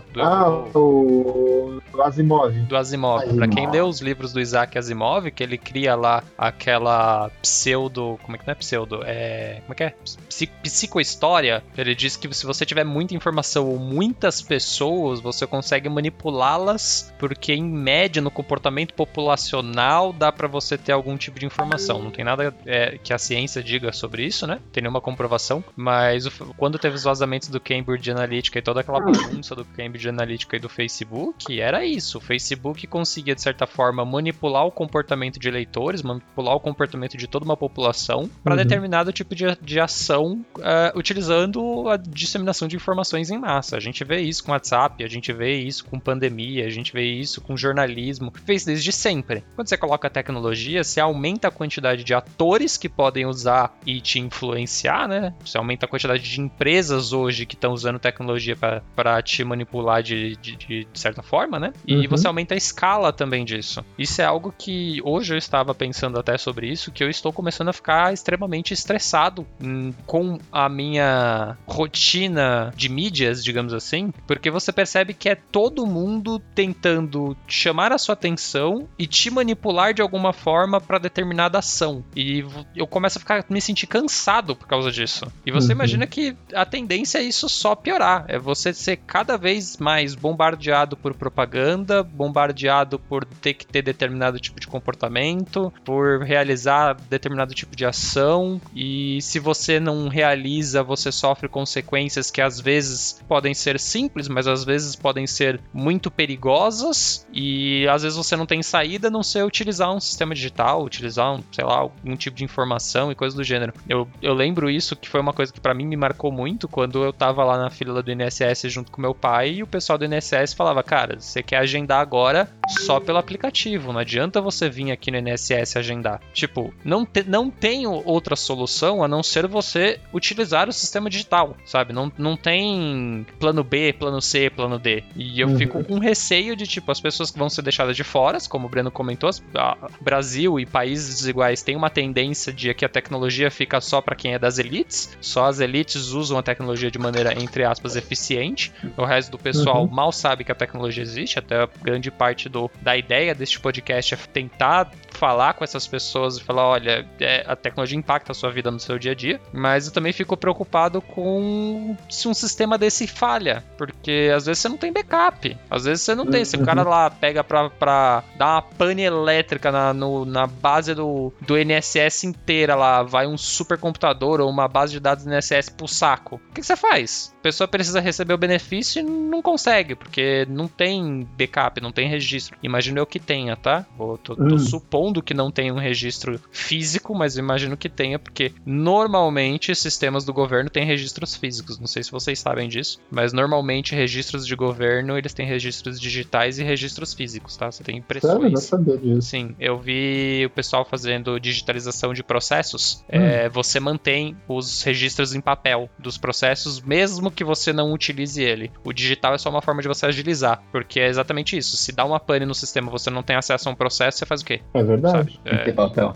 O Asimov. Do Asimov. Pra quem leu os livros do Isaac Asimov, que ele cria lá aquela pseudo... Como é que não é pseudo? Como é que é? Psicohistória. Ele diz que se você tiver muita informação ou muitas pessoas, você consegue manipulá-las, porque em média, no comportamento populacional, dá pra você ter algum tipo de informação. Não tem nada que a ciência diga sobre isso, né? Não tem nenhuma comprovação, mas quando teve os vazamentos do Cambridge Analytica e toda aquela bagunça do Cambridge Analytica e do Facebook, era isso. O Facebook conseguia, de certa forma, manipular o comportamento de eleitores, manipular o comportamento de toda uma população para determinado tipo de ação, utilizando a disseminação de informações em massa. A gente vê isso com WhatsApp, a gente vê isso com pandemia, a gente vê isso com jornalismo, fez desde sempre. Quando você coloca a tecnologia, você aumenta a quantidade de atores que podem usar e te influenciar, né? Você aumenta a quantidade de empresas hoje que estão usando tecnologia para te manipular de certa forma, né? E você aumenta a escala também disso. Isso é algo que hoje eu estava pensando até sobre isso, que eu estou começando a ficar extremamente estressado com a minha rotina de mídias, digamos assim, porque você percebe que é todo mundo tentando chamar a sua atenção e te manipular de alguma forma para determinada ação. E eu começo a me sentir cansado por causa disso. E você imagina que a tendência é isso só piorar. É você ser cada vez mais bombardeado por propaganda, bombardeado por ter que ter determinado tipo de comportamento, por realizar determinado tipo de ação, e se você não realiza, você sofre consequências que às vezes podem ser simples, mas às vezes podem ser muito perigosas, e às vezes você não tem saída a não ser utilizar um sistema digital, utilizar sei lá, algum tipo de informação e coisas do gênero. Eu lembro isso, que foi uma coisa que pra mim me marcou muito quando eu tava lá na fila do INSS junto com meu pai, e o pessoal do INSS falava, cara, você quer agendar agora só pelo aplicativo, não adianta você vir aqui no INSS agendar. Tipo, não tem outra solução a não ser você utilizar o sistema digital, sabe? Não tem plano B, plano C, plano D. E eu fico com receio de, tipo, as pessoas que vão ser deixadas de fora, como o Breno comentou, Brasil e países desiguais têm uma tendência de que a tecnologia fica só para quem é das elites, só as elites usam a tecnologia de maneira, entre aspas, eficiente, o resto do pessoal mal sabe que a tecnologia existe, até a grande parte da ideia deste podcast é tentar falar com essas pessoas e falar, olha, a tecnologia impacta a sua vida no seu dia a dia, mas eu também fico preocupado com se um sistema desse falha, porque às vezes você não tem backup, às vezes você não tem, se o cara lá pega pra dar uma pane elétrica na base do INSS inteira lá, vai um supercomputador ou uma base de dados do INSS pro saco, o que você faz? A pessoa precisa receber o benefício e não consegue, porque não tem backup, não tem registro. Imagino eu que tenha, tá? Tô supondo que não tem um registro físico, mas imagino que tenha, porque normalmente sistemas do governo têm registros físicos. Não sei se vocês sabem disso, mas normalmente registros de governo, eles têm registros digitais e registros físicos, tá? Você tem impressões. Sério? Não sabia disso. Sim, eu vi o pessoal fazendo digitalização de processos. Você mantém os registros em papel dos processos, mesmo que você não utilize ele. O digital é só uma forma de você agilizar, porque é exatamente isso. Se dá uma pane no sistema, você não tem acesso a um processo, você faz o quê? É verdade. Tem que ter papel.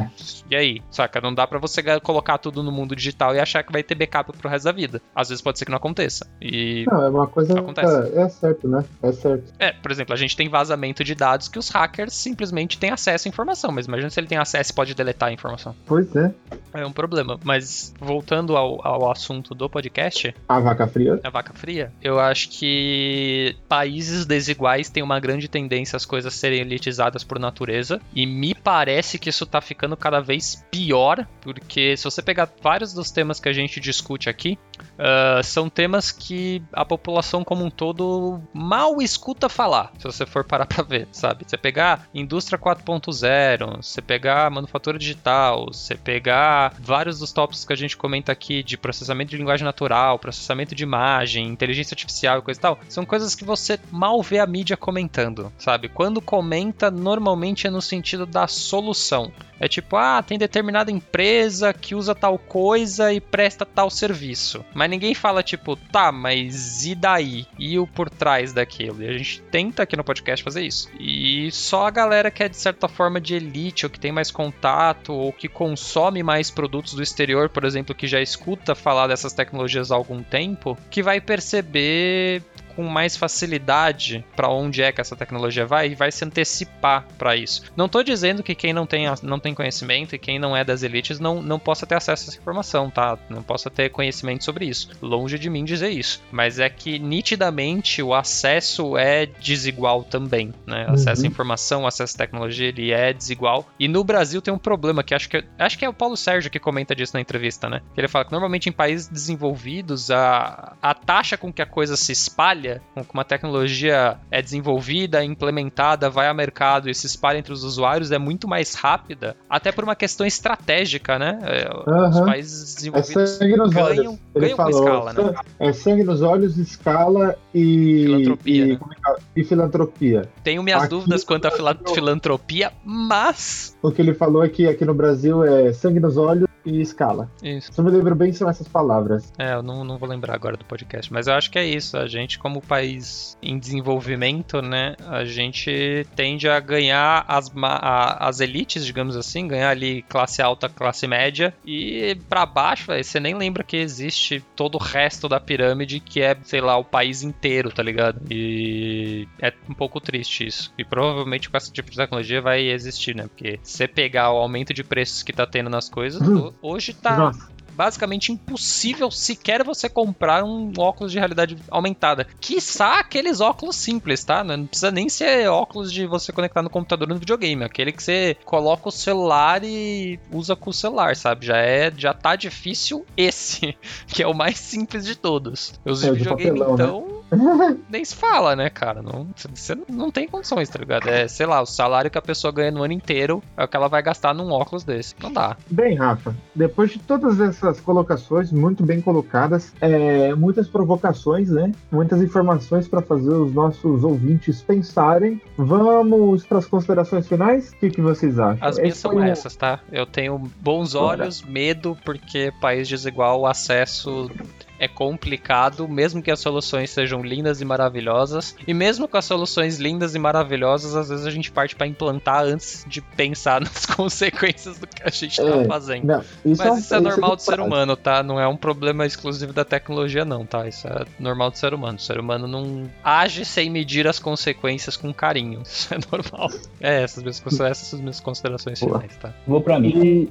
E aí? Saca? Não dá pra você colocar tudo no mundo digital e achar que vai ter backup pro resto da vida. Às vezes pode ser que não aconteça. Não, é uma coisa... Acontece. É certo, né? É certo. Por exemplo, a gente tem vazamento de dados que os hackers simplesmente têm acesso à informação, mas imagina se ele tem acesso e pode deletar a informação. Pois é. É um problema. Mas voltando ao assunto do podcast... A vaca fria? A vaca fria? Eu acho que países desiguais têm uma grande tendência às coisas serem elitizadas por natureza, e me parece que isso tá ficando cada vez pior, porque se você pegar vários dos temas que a gente discute aqui, são temas que a população como um todo mal escuta falar, se você for parar pra ver, sabe? Você pegar indústria 4.0, você pegar manufatura digital, você pegar vários dos tópicos que a gente comenta aqui de processamento de linguagem natural, processamento de imagem, inteligência artificial e coisa e tal, são coisas que você mal vê a mídia comentando, sabe? Quando comenta, normalmente é no sentido da solução. É tipo, tem determinada empresa que usa tal coisa e presta tal serviço. Mas ninguém fala tipo, tá, mas e daí? E o por trás daquilo? E a gente tenta aqui no podcast fazer isso. E só a galera que é de certa forma de elite, ou que tem mais contato, ou que consome mais produtos do exterior, por exemplo, que já escuta falar dessas tecnologias há algum tempo, que vai perceber com mais facilidade para onde é que essa tecnologia vai e vai se antecipar para isso. Não estou dizendo que quem não tem conhecimento e quem não é das elites não possa ter acesso a essa informação, tá? Não possa ter conhecimento sobre isso. Longe de mim dizer isso. Mas é que nitidamente o acesso é desigual também, né? Acesso à informação, acesso à tecnologia, ele é desigual. E no Brasil tem um problema que acho que é o Paulo Sérgio que comenta disso na entrevista, né? Ele fala que normalmente em países desenvolvidos a taxa com que a coisa se espalha, com que uma tecnologia é desenvolvida, implementada, vai ao mercado e se espalha entre os usuários, é muito mais rápida, até por uma questão estratégica, né? Os países desenvolvidos ganham com escala, né? É sangue nos olhos, escala e filantropia, né? E filantropia. Tenho minhas dúvidas quanto à filantropia, mas... O que ele falou é que aqui no Brasil é sangue nos olhos e escala. Isso. Se eu me lembro bem, são essas palavras. Eu não vou lembrar agora do podcast, mas eu acho que é isso. A gente, como país em desenvolvimento, né, a gente tende a ganhar as elites, digamos assim, ganhar ali classe alta, classe média, e pra baixo, você nem lembra que existe todo o resto da pirâmide, que é, sei lá, o país inteiro, tá ligado? E é um pouco triste isso. E provavelmente com esse tipo de tecnologia vai existir, né? Porque se você pegar o aumento de preços que tá tendo nas coisas, hoje tá basicamente impossível sequer você comprar um óculos de realidade aumentada. Quiçá aqueles óculos simples, tá? Não precisa nem ser óculos de você conectar no computador no videogame. Aquele que você coloca o celular e usa com o celular, sabe? Já tá difícil esse, que é o mais simples de todos. Os de videogame, papelão, então... Né? Nem se fala, né, cara? Você não tem condições, tá ligado? Sei lá, o salário que a pessoa ganha no ano inteiro é o que ela vai gastar num óculos desse. Não dá. Bem, Rafa, depois de todas essas colocações muito bem colocadas, muitas provocações, né? Muitas informações para fazer os nossos ouvintes pensarem. Vamos para as considerações finais? O que vocês acham? As minhas são essas, tá? Eu tenho bons olhos, medo, porque país desigual, o acesso é complicado, mesmo que as soluções sejam lindas e maravilhosas. E mesmo com as soluções lindas e maravilhosas, às vezes a gente parte para implantar antes de pensar nas consequências do que a gente tá fazendo. Não, mas isso é normal do ser humano, tá? Não é um problema exclusivo da tecnologia, não, tá? Isso é normal do ser humano. O ser humano não age sem medir as consequências com carinho. Isso é normal. Essas são as minhas considerações finais, tá? Vou para mim.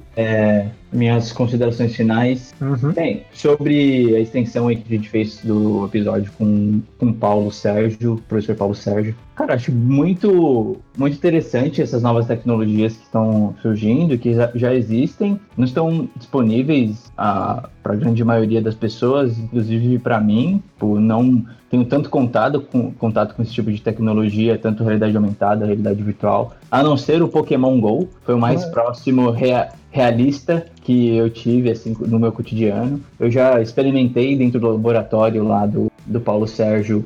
Minhas considerações finais. Bem, sobre a extensão aí que a gente fez do episódio com o Paulo Sérgio, professor Paulo Sérgio. Cara, acho muito, muito interessante essas novas tecnologias que estão surgindo, que já existem, não estão disponíveis para a grande maioria das pessoas, inclusive para mim, por não tenho tanto contato com esse tipo de tecnologia, tanto realidade aumentada, realidade virtual, a não ser o Pokémon GO, foi o mais próximo realista que eu tive assim, no meu cotidiano. Eu já experimentei dentro do laboratório lá do Paulo Sérgio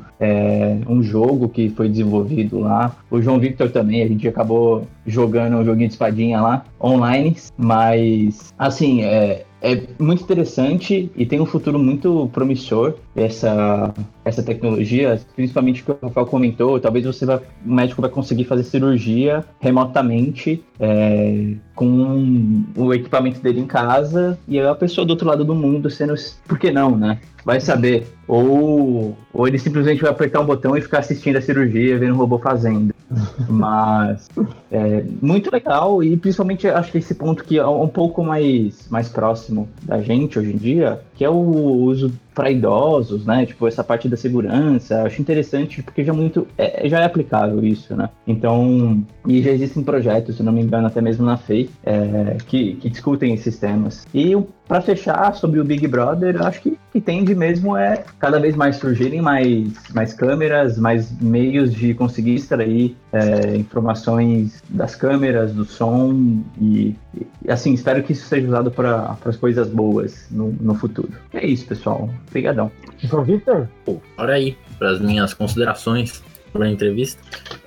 um jogo que foi desenvolvido lá. O João Victor também, a gente acabou jogando um joguinho de espadinha lá, online, mas assim, é muito interessante e tem um futuro muito promissor essa tecnologia, principalmente o que o Rafael comentou. Talvez o médico vai conseguir fazer cirurgia remotamente com o equipamento dele em casa e a pessoa do outro lado do mundo sendo... Por que não, né? Vai saber. Ou ele simplesmente vai apertar um botão e ficar assistindo a cirurgia, vendo o robô fazendo. Mas muito legal, e principalmente acho que esse ponto que é um pouco mais próximo da gente hoje em dia, que é o uso para idosos, né? Tipo, essa parte da segurança, acho interessante porque já é aplicável isso, né? Então, e já existem projetos, se não me engano, até mesmo na FEI, que discutem esses temas. E para fechar sobre o Big Brother, eu acho que tende mesmo cada vez mais surgirem mais câmeras, mais meios de conseguir extrair informações das câmeras, do som e assim, espero que isso seja usado para as coisas boas no futuro. É isso, pessoal. Obrigadão. João Victor? Olha aí, para as minhas considerações. sobre a entrevista.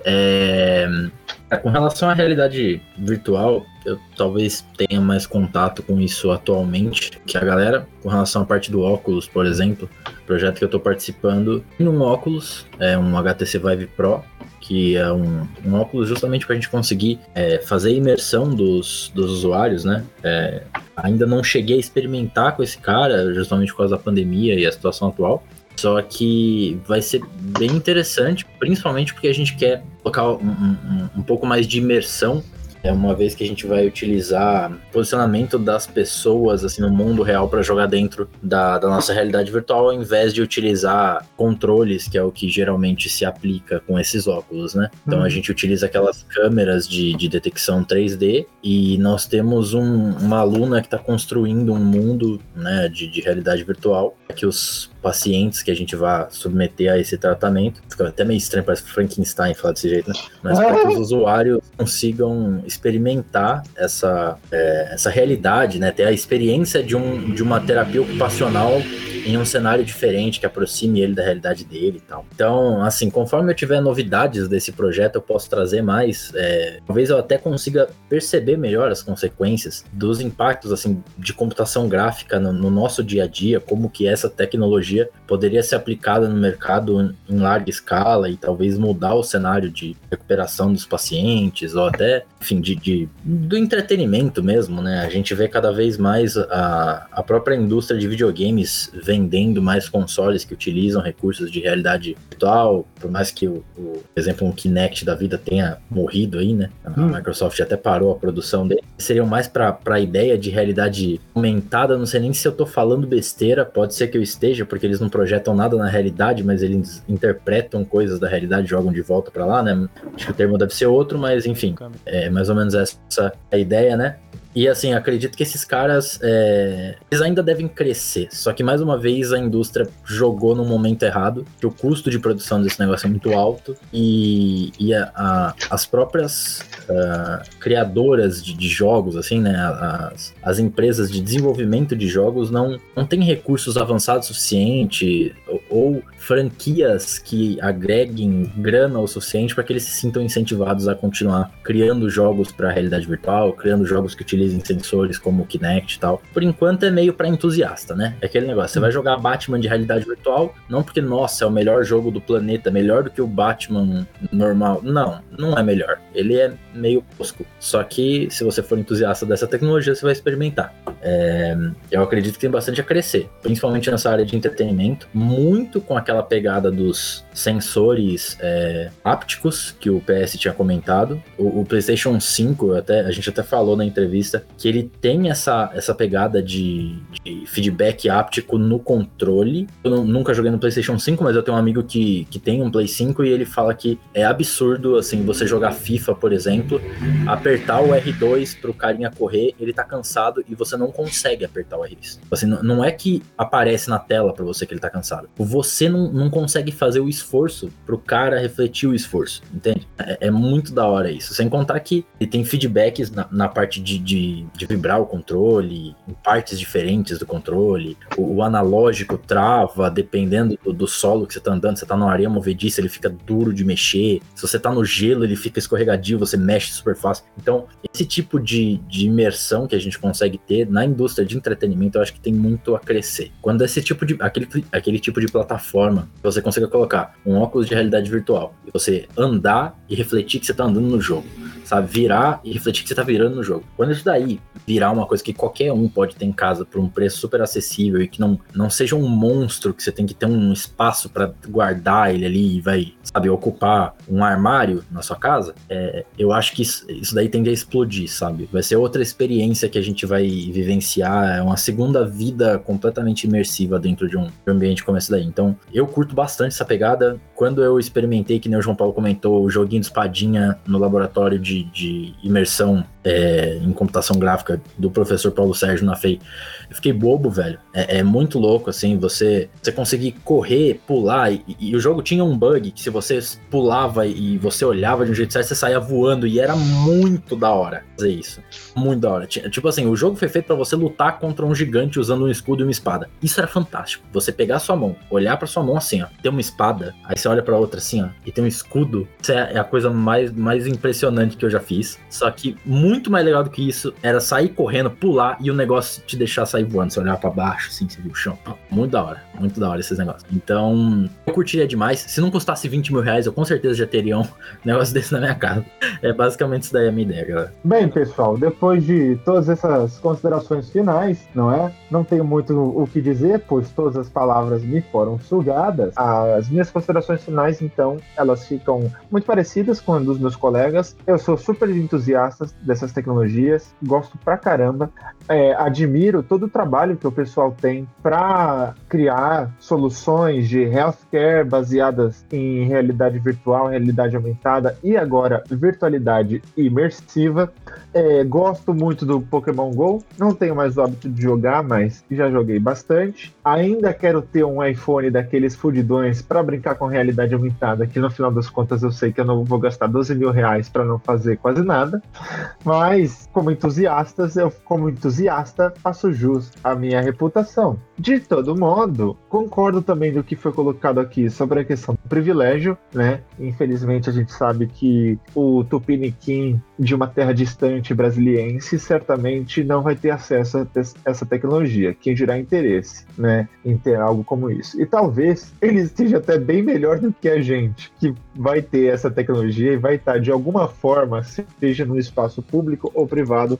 Com relação à realidade virtual, eu talvez tenha mais contato com isso atualmente que a galera. Com relação à parte do óculos, por exemplo, projeto que eu estou participando, um óculos, um HTC Vive Pro, que é um óculos justamente para a gente conseguir fazer a imersão dos usuários, né? Ainda não cheguei a experimentar com esse cara, justamente por causa da pandemia e a situação atual. Só que vai ser bem interessante, principalmente porque a gente quer colocar um pouco mais de imersão, uma vez que a gente vai utilizar o posicionamento das pessoas assim, no mundo real para jogar dentro da nossa realidade virtual, ao invés de utilizar controles, que é o que geralmente se aplica com esses óculos, né? Então a gente utiliza aquelas câmeras de detecção 3D e nós temos uma aluna que está construindo um mundo, né, de realidade virtual, que os pacientes que a gente vai submeter a esse tratamento, fica até meio estranho, parece Frankenstein falar desse jeito, né? Mas para que os usuários consigam experimentar essa realidade, né? Ter a experiência de uma terapia ocupacional em um cenário diferente, que aproxime ele da realidade dele e tal. Então, assim, conforme eu tiver novidades desse projeto, eu posso trazer mais. Talvez eu até consiga perceber melhor as consequências dos impactos, assim, de computação gráfica no nosso dia a dia, como que essa tecnologia poderia ser aplicada no mercado em larga escala e talvez mudar o cenário de recuperação dos pacientes, ou até, enfim, do entretenimento mesmo, né? A gente vê cada vez mais a própria indústria de videogames vendendo mais consoles que utilizam recursos de realidade virtual, por mais que por exemplo, um Kinect da vida tenha morrido aí, né? A Microsoft até parou a produção dele. Seriam mais para a ideia de realidade aumentada, não sei nem se eu tô falando besteira, pode ser que eu esteja, porque eles não projetam nada na realidade, mas eles interpretam coisas da realidade e jogam de volta para lá, né? Acho que o termo deve ser outro, mas enfim, é mais ou menos essa a ideia, né? E assim, acredito que esses caras, eles ainda devem crescer, só que mais uma vez a indústria jogou no momento errado, que o custo de produção desse negócio é muito alto e as próprias criadoras de jogos, assim, né, as empresas de desenvolvimento de jogos não têm recursos avançados o suficiente ou franquias que agreguem grana o suficiente para que eles se sintam incentivados a continuar criando jogos para a realidade virtual, criando jogos que utilizem sensores como o Kinect e tal. Por enquanto é meio para entusiasta, né? É aquele negócio, você vai jogar Batman de realidade virtual, não porque, nossa, é o melhor jogo do planeta, melhor do que o Batman normal. Não é melhor. Ele é meio tosco. Só que, se você for entusiasta dessa tecnologia, você vai experimentar. Eu acredito que tem bastante a crescer, principalmente nessa área de entretenimento, muito com aquela pegada dos sensores ápticos que o PS tinha comentado. O PlayStation 5, a gente até falou na entrevista que ele tem essa pegada de feedback áptico no controle. Eu nunca joguei no PlayStation 5, mas eu tenho um amigo que tem um Play 5 e ele fala que é absurdo, assim, você jogar FIFA, por exemplo, apertar o R2 pro carinha correr, ele tá cansado e você não consegue apertar o R2. Assim, não é que aparece na tela pra você que ele tá cansado. Você não consegue fazer o esforço pro cara refletir o esforço, entende? É muito da hora isso. Sem contar que ele tem feedbacks na parte de vibrar o controle, em partes diferentes do controle. O analógico trava, dependendo do solo que você tá andando. Você tá numa areia movediça, ele fica duro de mexer. Se você tá no gelo, ele fica escorregadio, você mexe super fácil. Então, esse tipo de imersão que a gente consegue ter na indústria de entretenimento, eu acho que tem muito a crescer. Quando esse tipo aquele tipo de plataforma, você consiga colocar um óculos de realidade virtual e você andar e refletir que você tá andando no jogo, sabe? Virar e refletir que você tá virando no jogo. Quando isso daí virar uma coisa que qualquer um pode ter em casa por um preço super acessível e que não seja um monstro que você tem que ter um espaço para guardar ele ali e vai, sabe, ocupar um armário na sua casa, eu acho que isso daí tende a explodir, sabe? Vai ser outra experiência que a gente vai vivenciar, é uma segunda vida completamente imersiva dentro de um ambiente como esse daí. Então, eu curto bastante essa pegada. Quando eu experimentei, que nem o João Paulo comentou, o joguinho de espadinha no laboratório de imersão em computação gráfica do professor Paulo Sérgio na FEI. Eu fiquei bobo, velho. É muito louco, assim, você conseguir correr, pular, e o jogo tinha um bug que se você pulava e você olhava de um jeito certo, você saía voando, e era muito da hora fazer isso. Muito da hora. Tipo assim, o jogo foi feito pra você lutar contra um gigante usando um escudo e uma espada. Isso era fantástico. Você pegar a sua mão, olhar pra sua mão assim, ó, tem uma espada, aí você olha pra outra assim, ó, e tem um escudo. Isso é a coisa mais impressionante que eu já fiz. Só que muito mais legal do que isso era sair correndo, pular e o negócio te deixar sair voando. Você olhar pra baixo, assim, você viu o chão. Muito da hora esses negócios. Então, eu curtiria demais. Se não custasse 20 mil reais, eu com certeza já teria um negócio desse na minha casa. É basicamente isso daí a minha ideia, galera. Bem, pessoal, depois de todas essas considerações finais, não é? Não tenho muito o que dizer, pois todas as palavras me foram sugadas. As minhas considerações finais, então, elas ficam muito parecidas com a dos meus colegas. Eu sou super entusiasta dessas tecnologias, gosto pra caramba, admiro todo o trabalho que o pessoal tem para criar soluções de healthcare baseadas em realidade virtual, realidade aumentada e agora virtualidade imersiva. Gosto muito do Pokémon GO, não tenho mais o hábito de jogar, mas já joguei bastante. Ainda quero ter um iPhone daqueles fudidões para brincar com realidade aumentada, que no final das contas eu sei que eu não vou gastar 12 mil reais para não fazer quase nada, mas como entusiasta faço jus à minha reputação. De todo modo, concordo também do que foi colocado aqui sobre a questão do privilégio, né? Infelizmente a gente sabe que o Tupiniquim de uma terra distante brasiliense certamente não vai ter acesso a essa tecnologia, quem dirá interesse, né, em ter algo como isso. E talvez ele esteja até bem melhor do que a gente, que vai ter essa tecnologia e vai estar de alguma forma, seja no espaço público ou privado,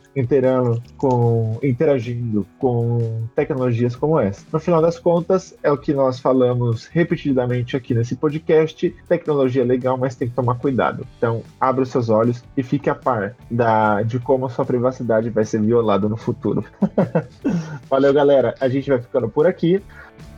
interagindo com tecnologias como essa. No final das contas, é o que nós falamos repetidamente aqui nesse podcast: tecnologia é legal, mas tem que tomar cuidado. Então, abra os seus olhos e fique a par de como a sua privacidade vai ser violada no futuro. Valeu, galera. A gente vai ficando por aqui.